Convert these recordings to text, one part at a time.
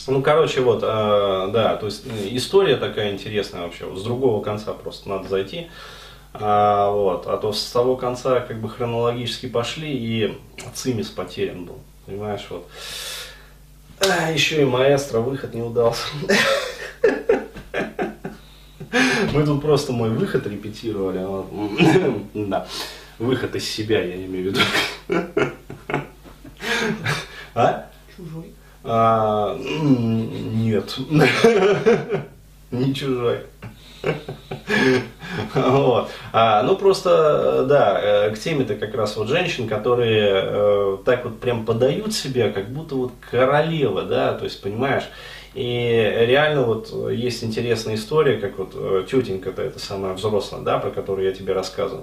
Ну, короче, вот, да, то есть история такая интересная вообще, вот, с другого конца просто надо зайти, вот, а то с того конца как бы хронологически пошли, и цимис потерян был, понимаешь, вот. Еще и маэстро, выход не удался. Мы тут просто мой выход репетировали, вот. Да, выход из себя, я имею в виду. А? Чужой. Нет, не чужой. Вот. Ну просто, да, к теме-то как раз вот женщин, которые так вот прям подают себя, как будто вот королева, да, то есть, понимаешь, и реально вот есть интересная история, как вот тетенька-то это самая взрослая, да, про которую я тебе рассказывал.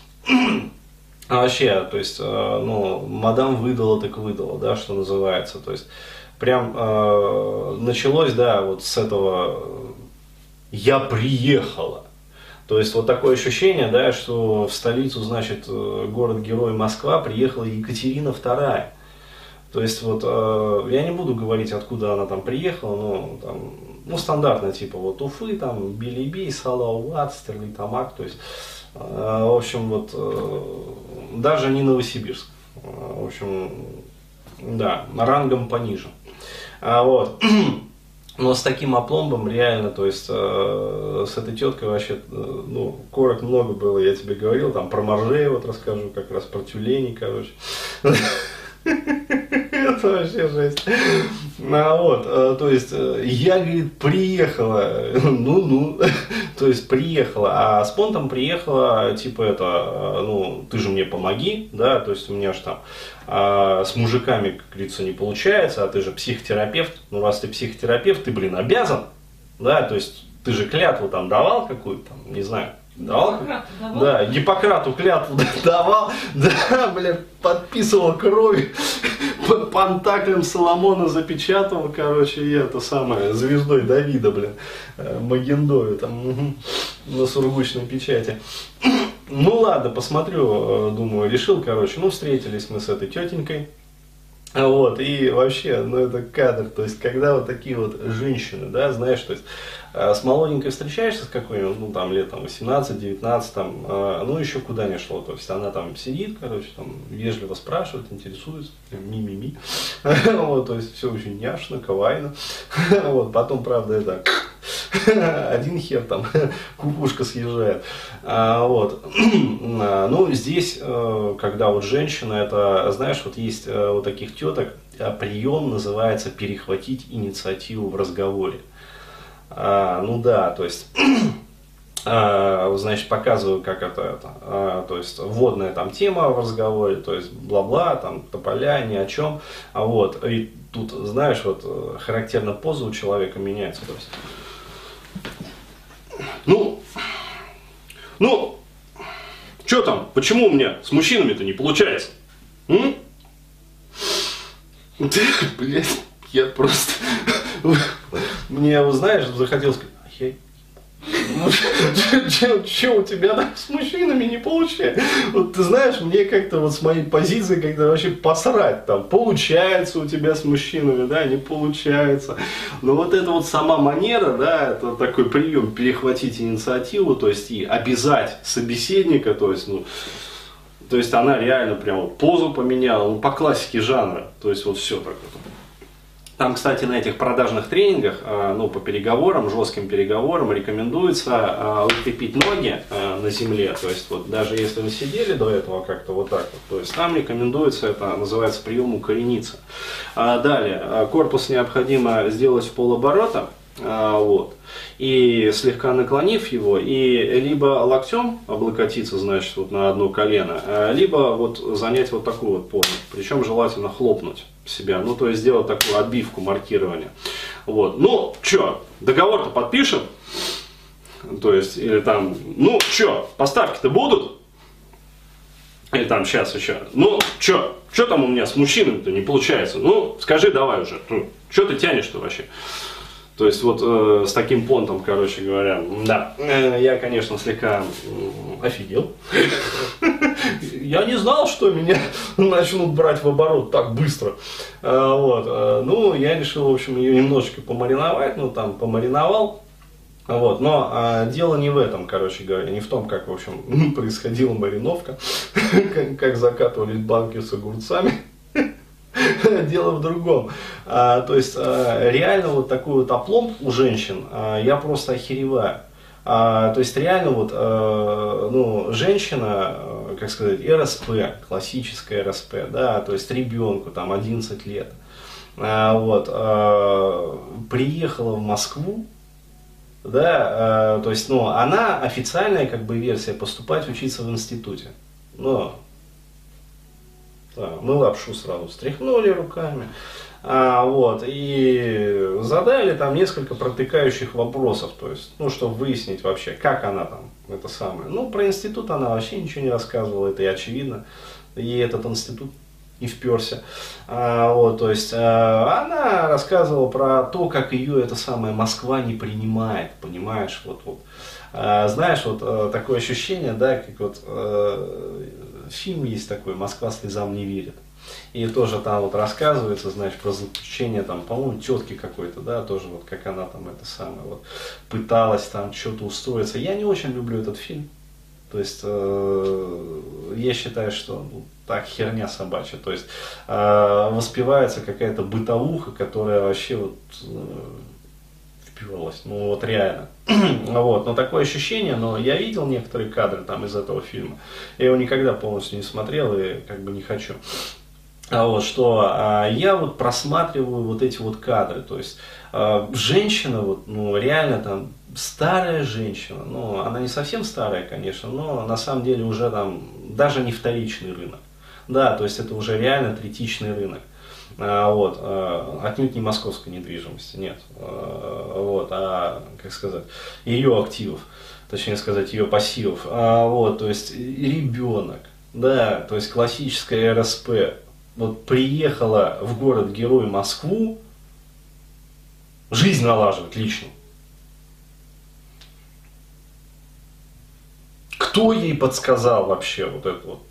А вообще, то есть, ну, мадам выдала, так выдала, да, что называется, то есть, прям началось, да, вот с этого «я приехала». То есть, вот такое ощущение, да, что в столицу, значит, город-герой Москва приехала Екатерина II. То есть, вот, я не буду говорить, откуда она там приехала, но, там, ну, стандартно, типа, вот, Уфы, там, Белебей, Салауат, Стерлитамак, то есть, в общем, вот, даже не Новосибирск, в общем, да, рангом пониже. Вот. Но с таким опломбом реально, то есть с этой теткой вообще, ну, корок много было, я тебе говорил, там про моржей вот расскажу, как раз про тюленей, короче. Это вообще жесть. Вот, то есть, я, говорит, приехала, ну, то есть, приехала, а с понтом приехала, типа, это, ну, ты же мне помоги, да, то есть, у меня же там с мужиками, как говорится, не получается, а ты же психотерапевт, ну, раз ты психотерапевт, ты, блин, обязан, да, то есть, ты же клятву там давал какую-то, там, не знаю, давал? Да, Гиппократу клятву давал, да, блин, подписывал кровью, пантаклем Соломона запечатывал, короче, и это самое, звездой Давида, блин, Магендою, там, на сургучной печати. Ну ладно, посмотрю, думаю, решил, короче, ну встретились мы с этой тетенькой. Вот, и вообще, ну это кадр, то есть, когда вот такие вот женщины, да, знаешь, то есть, с молоденькой встречаешься с какой-нибудь, ну там лет там 18-19, там, ну еще куда не шло, то есть, она там сидит, короче, там, вежливо спрашивает, интересуется, ми-ми-ми, вот, то есть, все очень няшно, кавайно, вот, потом, правда, это... один хер там, кукушка съезжает. Вот. Ну, здесь, когда вот женщина, это, знаешь, вот есть у таких теток прием называется перехватить инициативу в разговоре. Ну да, то есть, значит, показываю, как это, то есть, вводная там тема в разговоре, то есть, бла-бла, там, тополя, ни о чем, вот, и тут, знаешь, вот, характерно поза у человека меняется, то есть, ну, что там, почему у меня с мужчинами-то не получается? Блять, я просто, мне, вот, знаешь, захотелось сказать, что у тебя там с мужчинами не получается? Вот ты знаешь, мне как-то вот с моей позиции как-то вообще посрать, там, получается у тебя с мужчинами, да, не получается. Но вот эта вот сама манера, да, это такой прием перехватить инициативу, то есть и обязать собеседника, то есть, ну, то есть она реально прям вот позу поменяла, ну, по классике жанра, то есть вот все так вот. Там, кстати, на этих продажных тренингах, ну, по переговорам, жестким переговорам рекомендуется укрепить ноги на земле. То есть, вот даже если вы сидели до этого как-то вот так вот, то есть там рекомендуется, это называется прием укорениться. Далее, корпус необходимо сделать в полоборота. Вот. И слегка наклонив его, и либо локтем облокотиться, значит, вот на одно колено, либо вот занять вот такую вот позу. Причем желательно хлопнуть себя, ну то есть сделать такую отбивку, маркирование. Вот. Ну, что, договор-то подпишем? То есть, или там, ну, что, поставки-то будут? Или там сейчас еще, ну, что там у меня с мужчинами-то не получается? Ну, скажи давай уже, что ты тянешь-то вообще? То есть вот с таким понтом, короче говоря, да, я, конечно, слегка офигел. Я не знал, что меня начнут брать в оборот так быстро. Вот. Ну, я решил, в общем, ее немножечко помариновать, ну, там, помариновал. Вот. Но дело не в этом, короче говоря, не в том, как, в общем, происходила мариновка, как закатывались банки с огурцами. Дело в другом. То есть, реально вот такой вот опломб у женщин, я просто охереваю. То есть, реально вот, ну, женщина, как сказать, РСП, классическая РСП, да, то есть, ребенку там 11 лет, вот, приехала в Москву, да, то есть, ну, она официальная, как бы, версия поступать учиться в институте, но... Да, мы лапшу сразу стряхнули руками, вот, и задали там несколько протыкающих вопросов, то есть, ну, чтобы выяснить вообще, как она там, это самое. Ну, про институт она вообще ничего не рассказывала, это и очевидно, ей этот институт не вперся, вот, то есть, она рассказывала про то, как ее эта самая Москва не принимает, понимаешь, вот. Знаешь, вот такое ощущение, да, как вот фильм есть такой «Москва слезам не верит». И тоже там вот рассказывается, знаешь, про заключение там, по-моему, тетки какой-то, да, тоже вот как она там это самое, вот, пыталась там что-то устроиться. Я не очень люблю этот фильм. То есть, я считаю, что ну, так херня собачья. То есть, воспевается какая-то бытовуха, которая вообще вот... впивалась, ну вот реально. Вот, но такое ощущение, но я видел некоторые кадры там из этого фильма. Я его никогда полностью не смотрел и как бы не хочу. Вот, что я вот просматриваю вот эти вот кадры, то есть женщина, вот, ну реально там старая женщина, ну она не совсем старая, конечно, но на самом деле уже там даже не вторичный рынок. Да, то есть это уже реально третичный рынок. Вот, отнюдь не московской недвижимости, нет, вот, как сказать, ее активов, точнее сказать, ее пассивов, вот, то есть ребенок, да, то есть классическая РСП, вот приехала в город-герой Москву, жизнь налаживать лично. Кто ей подсказал вообще вот это вот?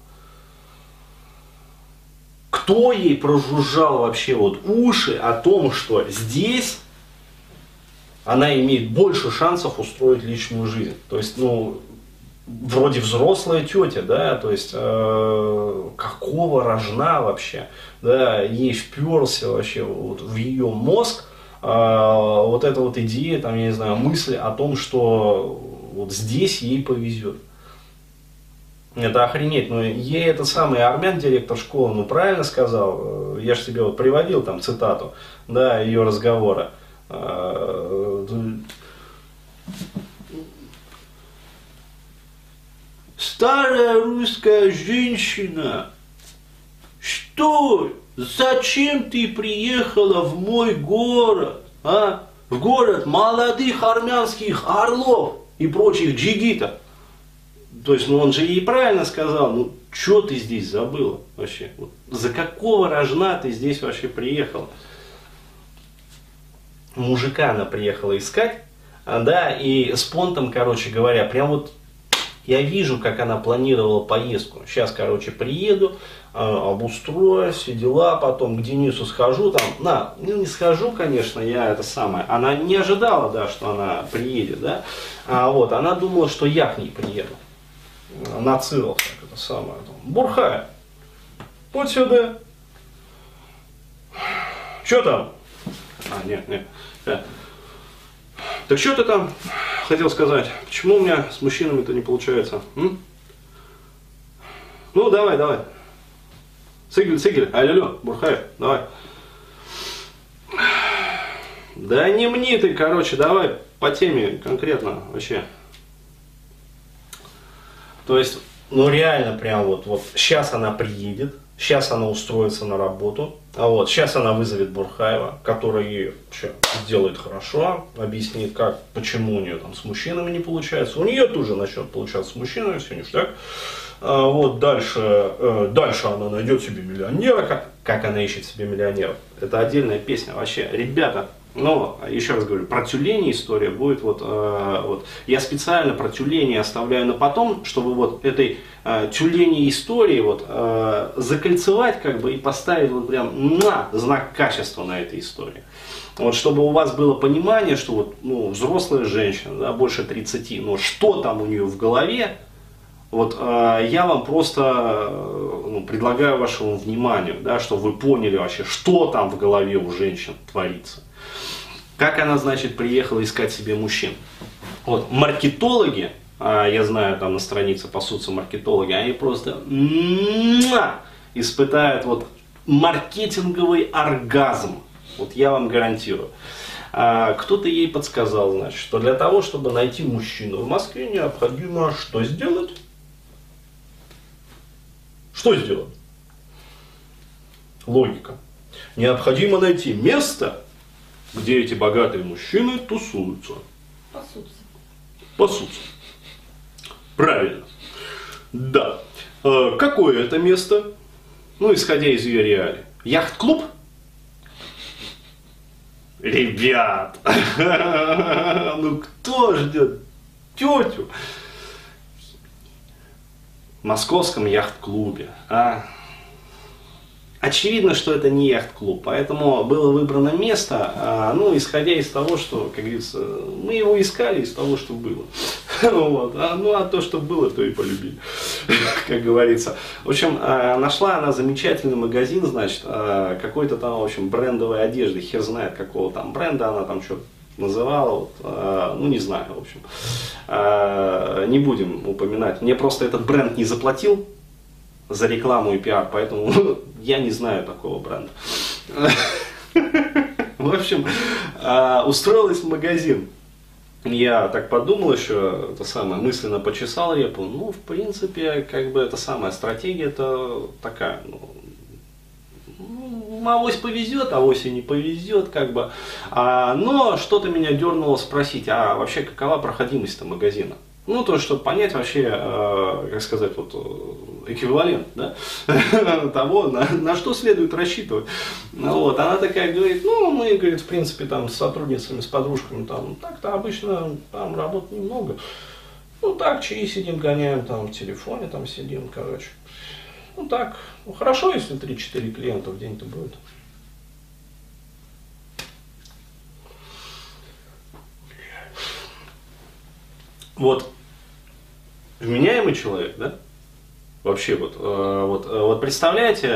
Кто ей прожужжал вообще вот уши о том, что здесь она имеет больше шансов устроить личную жизнь? То есть, ну, вроде взрослая тетя, да, то есть, какого рожна вообще, да, ей вперся вообще вот в ее мозг вот эта вот идея, там, я не знаю, мысль о том, что вот здесь ей повезет. Это охренеть, но ей этот самый армян, директор школы, ну правильно сказал, я же тебе вот приводил там цитату, да, ее разговора. Старая русская женщина, что, зачем ты приехала в мой город, а? В город молодых армянских орлов и прочих джигитов? То есть, ну он же ей правильно сказал, ну что ты здесь забыла вообще? Вот, за какого рожна ты здесь вообще приехала? Мужика она приехала искать, да, и с понтом, короче говоря, прям вот я вижу, как она планировала поездку. Сейчас, короче, приеду, обустроюсь, все дела, потом к Денису схожу, там, ну не схожу, конечно, я это самое, она не ожидала, да, что она приедет, да, вот, она думала, что я к ней приеду. Нацелил, как это самое, там, Бурхай, вот сюда. Что там? Нет. Так что ты там хотел сказать? Почему у меня с мужчинами-то не получается? Ну, давай. Сыгель, алло, Бурхаев, давай. Да не мне ты, короче, давай по теме конкретно вообще. То есть, ну реально прям вот сейчас она приедет, сейчас она устроится на работу, вот сейчас она вызовет Бурхаева, который ей сделает хорошо, объяснит, как, почему у нее там с мужчинами не получается, у нее тоже начнет получаться с мужчинами, все ништяк. Вот дальше она найдет себе миллионера, как она ищет себе миллионеров. Это отдельная песня вообще. Ребята, Но, еще раз говорю, про тюлени история будет вот. Я специально про тюлени оставляю на потом, чтобы вот этой тюлени истории вот закольцевать как бы и поставить вот прям на знак качества на этой истории. Вот, чтобы у вас было понимание, что вот, ну, взрослая женщина, да, больше 30, но что там у нее в голове, вот я вам просто предлагаю вашему вниманию, да, чтобы вы поняли вообще, что там в голове у женщин творится. Как она, значит, приехала искать себе мужчин. Вот, маркетологи, я знаю, там на странице пасутся маркетологи, они просто испытают вот маркетинговый оргазм. Вот я вам гарантирую. Кто-то ей подсказал, значит, что для того, чтобы найти мужчину в Москве, необходимо что сделать? Что сделать? Логика. Необходимо найти место, где эти богатые мужчины тусуются. Пасутся. Правильно. Да. Какое это место? Ну, исходя из ее реалий. Яхт-клуб? Ребят, ну кто ждет тетю в московском яхт-клубе, а? Очевидно, что это не яхт-клуб, поэтому было выбрано место, ну, исходя из того, что, как говорится, мы его искали из того, что было. Вот. Ну, а то, что было, то и полюбили, как говорится. В общем, нашла она замечательный магазин, значит, какой-то там, в общем, брендовой одежды, хер знает какого там бренда, она там что-то называла, вот, ну, не знаю, в общем. Не будем упоминать. Мне просто этот бренд не заплатил за рекламу и пиар, поэтому я не знаю такого бренда. В общем, устроилась в магазин. Я так подумал еще, это самое, мысленно почесал репу. Ну, в принципе, как бы это самая стратегия-то такая, авось повезет, авось и не повезет, как бы. Но что-то меня дернуло спросить, а вообще какова проходимость-то магазина? Ну, то, чтобы понять вообще, как сказать, вот, эквивалент, да, того, на что следует рассчитывать. Вот, она такая говорит, ну, мы, говорит, в принципе, там, с сотрудницами, с подружками, там, так-то обычно, там, работ немного. Ну, так, чаи сидим, гоняем, там, в телефоне, там, сидим, короче. Ну, так, ну, хорошо, если 3-4 клиента в день-то будет. Вот, вменяемый человек, да? Вообще вот представляете,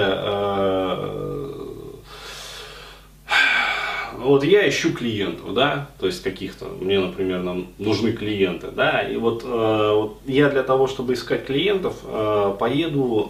вот я ищу клиентов, да, то есть каких-то, мне, например, нам нужны клиенты, да, и вот я для того, чтобы искать клиентов, поеду,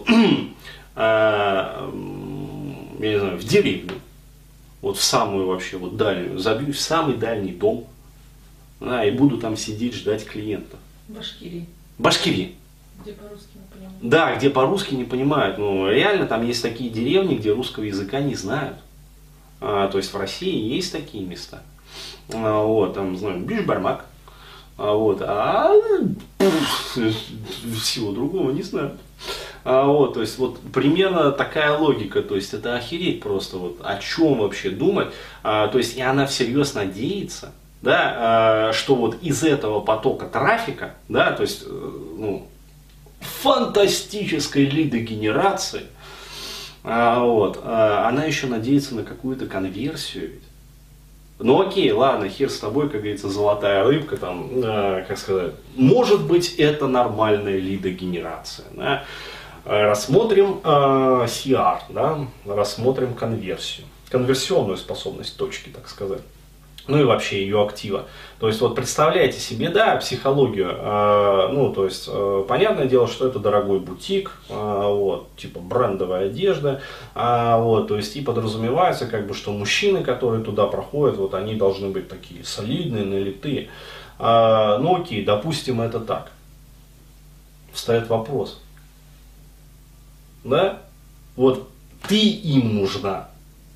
я не знаю, в деревню, вот в самую вообще вот дальнюю, забьюсь в самый дальний дом, да, и буду там сидеть, ждать клиентов. Башкирии. Где по-русски не понимают. Да, где по-русски не понимают. Ну, реально, там есть такие деревни, где русского языка не знают. То есть в России есть такие места. Вот, там, знаю, Бишбармак. Вот, всего другого не знаю. Вот, то есть вот примерно такая логика, то есть это охереть просто, вот о чем вообще думать. То есть и она всерьез надеется, да, что вот из этого потока трафика, да, то есть, ну, фантастической лидогенерации, вот, она еще надеется на какую-то конверсию. Ну окей, ладно, хер с тобой, как говорится, золотая рыбка, там, как сказать, может быть это нормальная лидогенерация, да? Рассмотрим CR, да? Рассмотрим конверсию, конверсионную способность точки, так сказать. Ну и вообще ее актива. То есть вот представляете себе, да, психологию, ну то есть понятное дело, что это дорогой бутик, вот, типа брендовая одежда, вот, то есть и подразумевается как бы, что мужчины, которые туда проходят, вот они должны быть такие солидные, налитые. Ну окей, допустим это так. Встает вопрос, да, вот ты им нужна.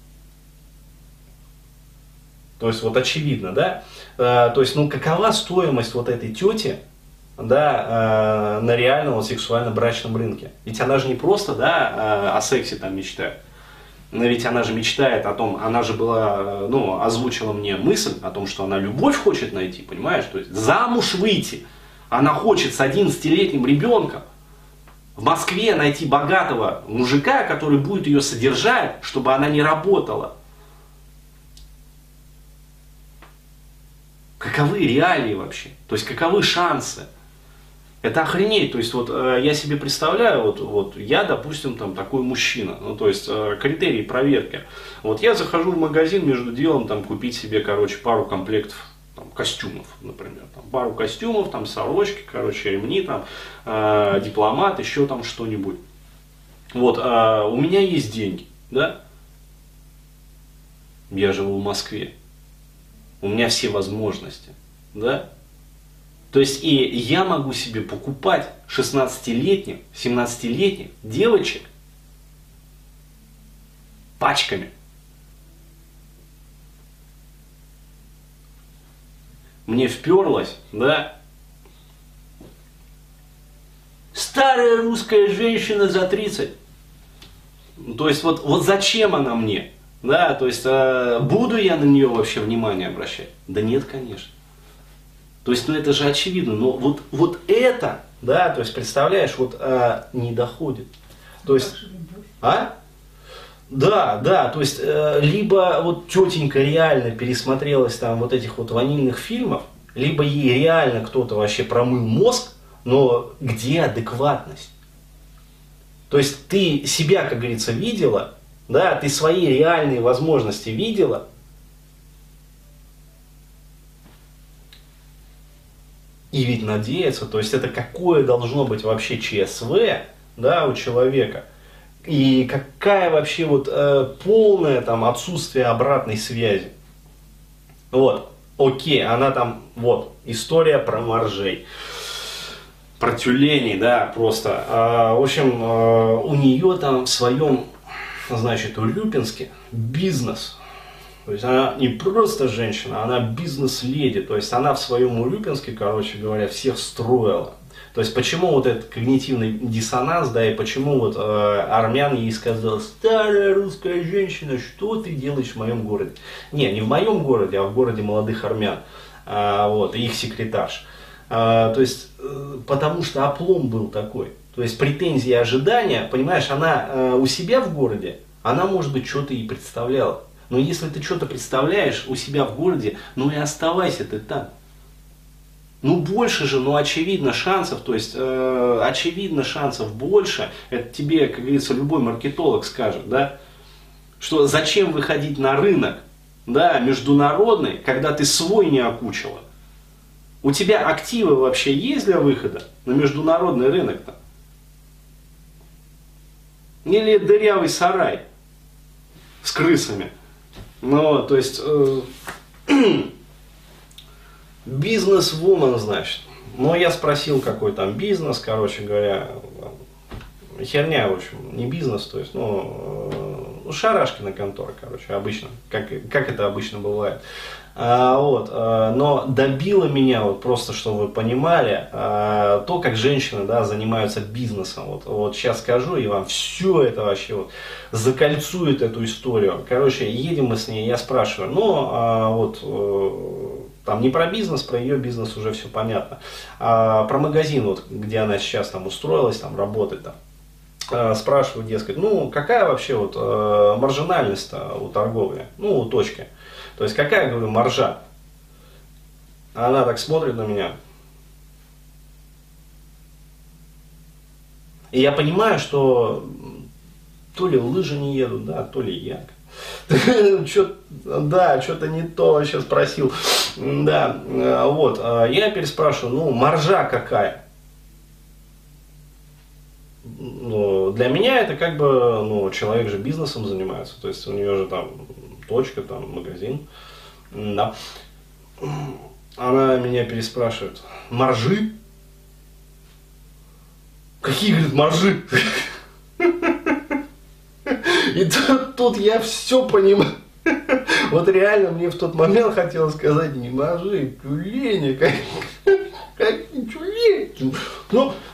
То есть вот очевидно, да, то есть, ну, какова стоимость вот этой тети, да, на реальном вот, сексуально-брачном рынке? Ведь она же не просто, да, о сексе там мечтает. Но ведь она же мечтает о том, она же была, ну, озвучила мне мысль о том, что она любовь хочет найти, понимаешь? То есть замуж выйти. Она хочет с 11-летним ребенком в Москве найти богатого мужика, который будет ее содержать, чтобы она не работала. Каковы реалии вообще? То есть каковы шансы? Это охренеть. То есть вот я себе представляю, вот я, допустим, там такой мужчина. Ну, то есть критерии проверки. Вот я захожу в магазин между делом там купить себе, короче, пару комплектов там, костюмов, например. Там, пару костюмов, там сорочки, короче, ремни, там, дипломат, еще там что-нибудь. Вот, у меня есть деньги, да? Я живу в Москве. У меня все возможности, да? То есть и я могу себе покупать 16-летних, 17-летних девочек пачками. Мне вперлось, да? Старая русская женщина за 30. То есть вот зачем она мне? Да, то есть буду я на нее вообще внимание обращать? Да нет, конечно. То есть, ну это же очевидно, но вот это, да, то есть, представляешь, вот не доходит. То есть, Да, то есть, либо вот тетенька реально пересмотрелась там вот этих вот ванильных фильмов, либо ей реально кто-то вообще промыл мозг, но где адекватность? То есть, ты себя, как говорится, видела, да, ты свои реальные возможности видела, и ведь надеяться, то есть это какое должно быть вообще ЧСВ, да, у человека, и какая вообще вот полное там отсутствие обратной связи. Вот, окей, она там, вот, история про моржей, про тюленей, да, просто. В общем, у нее там в своем, значит, в Урюпинске бизнес. То есть она не просто женщина, она бизнес-леди. То есть она в своем Урюпинске, короче говоря, всех строила. То есть почему вот этот когнитивный диссонанс, да, и почему вот армян ей сказал: старая русская женщина, что ты делаешь в моем городе? Не в моем городе, а в городе молодых армян. Вот, их секретарш. То есть, потому что оплом был такой. То есть претензии и ожидания, понимаешь, она у себя в городе, она, может быть, что-то и представляла. Но если ты что-то представляешь у себя в городе, ну и оставайся ты там. Ну больше же, ну очевидно шансов, то есть очевидно шансов больше, это тебе, как говорится, любой маркетолог скажет, да, что зачем выходить на рынок, да, международный, когда ты свой не окучила. У тебя активы вообще есть для выхода на международный рынок-то? Или дырявый сарай с крысами? Ну, то есть, бизнес-вумен, значит. Но я спросил, какой там бизнес, короче говоря, херня, в общем, не бизнес, то есть, шарашкина контора, короче, обычно, как это обычно бывает. Но добило меня, вот просто, чтобы вы понимали, то, как женщины, да, занимаются бизнесом. Вот сейчас скажу, и вам все это вообще вот закольцует эту историю. Короче, едем мы с ней, я спрашиваю, там не про бизнес, про ее бизнес уже все понятно. Про магазин, вот, где она сейчас там устроилась, там работать там. Спрашиваю, дескать, какая вообще вот маржинальность-то у торговли, у точки. То есть какая, говорю, маржа? Она так смотрит на меня. И я понимаю, что то ли лыжи не едут, да, то ли я. Что-то не то вообще спросил. Да, вот. Я переспрашиваю, маржа какая? Для меня это как бы, человек же бизнесом занимается. То есть у нее же там точка, там, магазин, да. Она меня переспрашивает: маржи? Какие, говорит, маржи? И тут я все понимаю. Вот реально мне в тот момент хотелось сказать: не маржи, тюлени, какие тюлени.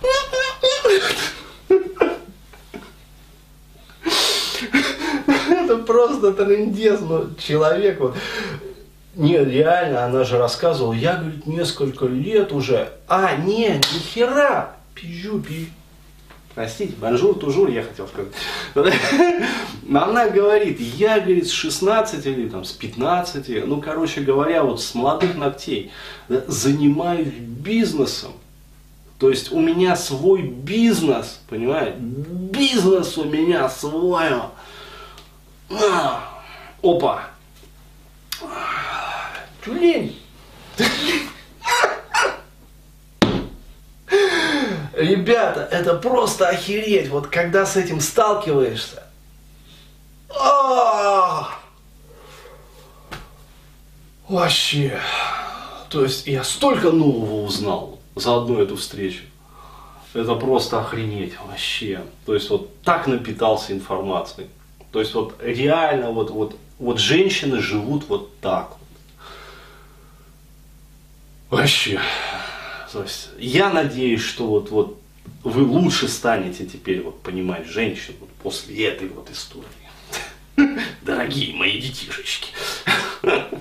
Это просто трындец, ну, человек вот. Не, реально, она же рассказывала, я, говорит, несколько лет уже, не, нихера, простите, бонжур, тужур, я хотел сказать. Но она говорит, я, говорит, с 16 или там с 15, ну, короче говоря, вот с молодых ногтей занимаюсь бизнесом. То есть у меня свой бизнес, понимаете? Бизнес у меня свой. Опа. Тюлень. Ребята, это просто охереть, вот когда с этим сталкиваешься. Вообще. То есть я столько нового узнал за одну эту встречу. Это просто охренеть вообще. То есть вот так напитался информацией. То есть вот реально вот женщины живут вот так вот. Вообще. То есть я надеюсь, что вот вы лучше станете теперь вот понимать женщин вот после этой вот истории. Дорогие мои детишечки.